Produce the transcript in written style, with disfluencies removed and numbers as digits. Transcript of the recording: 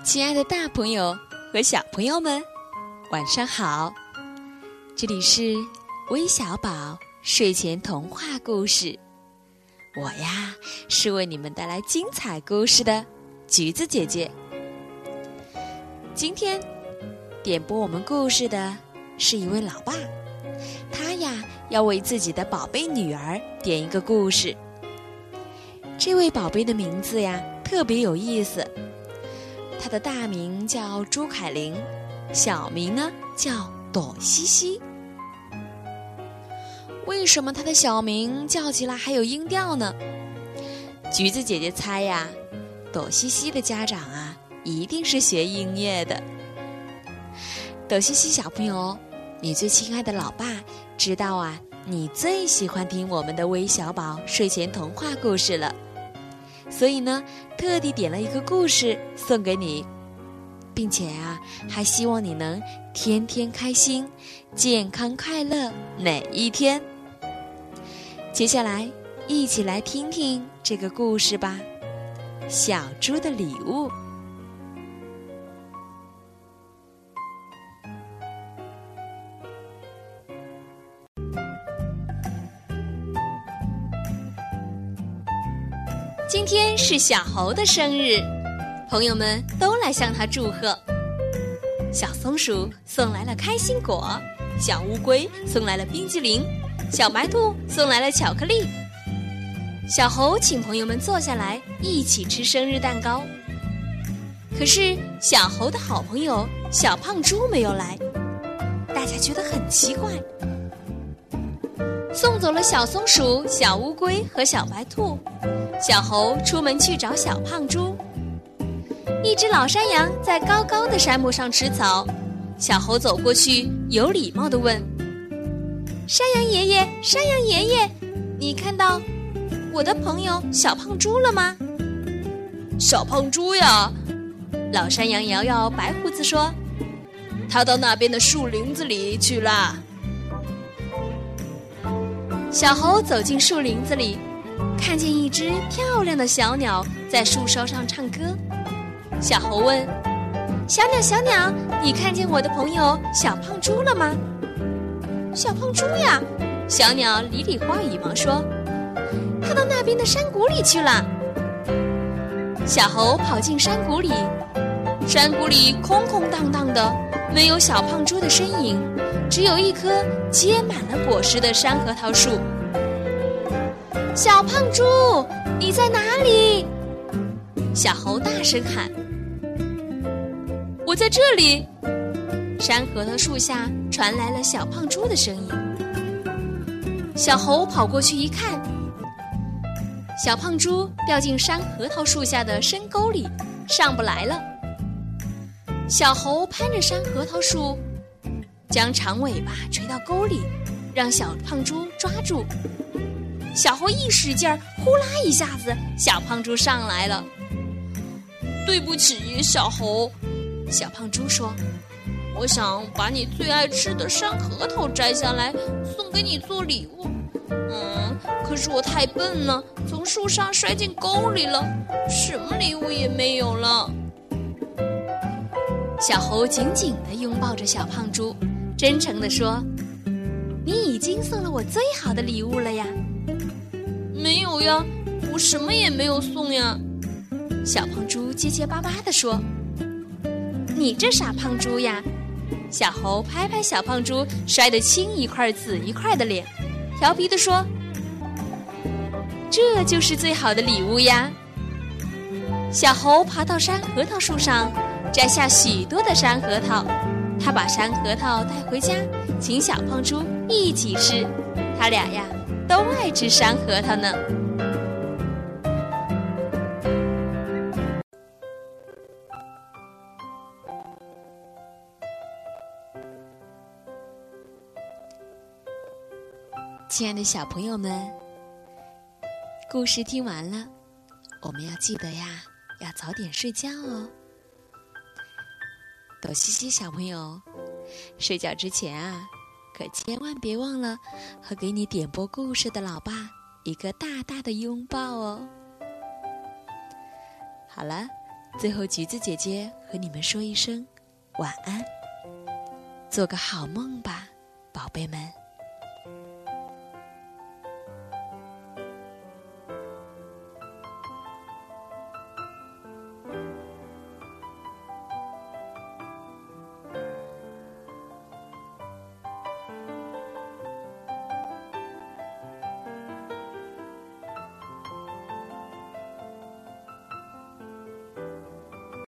亲爱的大朋友和小朋友们，晚上好！这里是微小宝睡前童话故事，我呀是为你们带来精彩故事的橘子姐姐。今天点播我们故事的是一位老爸，他呀要为自己的宝贝女儿点一个故事。这位宝贝的名字呀特别有意思，她的大名叫朱凯琳，小名呢叫朵西西。为什么她的小名叫起来还有音调呢？橘子姐姐猜呀，朵西西的家长啊一定是学音乐的。朵西西小朋友，你最亲爱的老爸知道啊，你最喜欢听我们的微小宝睡前童话故事了，所以呢特地点了一个故事送给你，并且啊还希望你能天天开心，健康快乐每一天。接下来一起来听听这个故事吧，小猪的礼物。今天是小猴的生日，朋友们都来向他祝贺。小松鼠送来了开心果，小乌龟送来了冰淇淋，小白兔送来了巧克力。小猴请朋友们坐下来一起吃生日蛋糕。可是小猴的好朋友小胖猪没有来，大家觉得很奇怪。送走了小松鼠、小乌龟和小白兔，小猴出门去找小胖猪。一只老山羊在高高的山坡上吃草，小猴走过去有礼貌地问：山羊爷爷，山羊爷爷，你看到我的朋友小胖猪了吗？小胖猪呀，老山羊摇摇白胡子说，他到那边的树林子里去了。小猴走进树林子里，看见一只漂亮的小鸟在树梢上唱歌。小猴问：小鸟小鸟，你看见我的朋友小胖猪了吗？小胖猪呀，小鸟理理花羽毛说，他到那边的山谷里去了。小猴跑进山谷里，山谷里空空荡荡的，没有小胖猪的身影，只有一棵结满了果实的山核桃树。小胖猪，你在哪里？小猴大声喊。我在这里。山核桃树下传来了小胖猪的声音。小猴跑过去一看，小胖猪掉进山核桃树下的深沟里，上不来了。小猴攀着山核桃树，将长尾巴垂到沟里，让小胖猪抓住。小猴一使劲儿，呼啦一下子，小胖猪上来了。对不起，小猴，小胖猪说，我想把你最爱吃的山核桃摘下来送给你做礼物，可是我太笨了，从树上摔进沟里了，什么礼物也没有了。小猴紧紧地拥抱着小胖猪，真诚地说，你已经送了我最好的礼物了呀。没有呀，我什么也没有送呀。小胖猪结结巴巴地说，你这傻胖猪呀。小猴拍拍小胖猪摔得青一块紫一块的脸，调皮地说，这就是最好的礼物呀。小猴爬到山核桃树上，摘下许多的山核桃，他把山核桃带回家，请小胖猪一起吃。他俩呀都爱吃山核桃呢。亲爱的小朋友们，故事听完了，我们要记得呀，要早点睡觉哦。朵西西小朋友，睡觉之前啊，可千万别忘了和给你点播故事的老爸一个大大的拥抱哦。好了， 最后橘子姐姐和你们说一声晚安，做个好梦吧，宝贝们。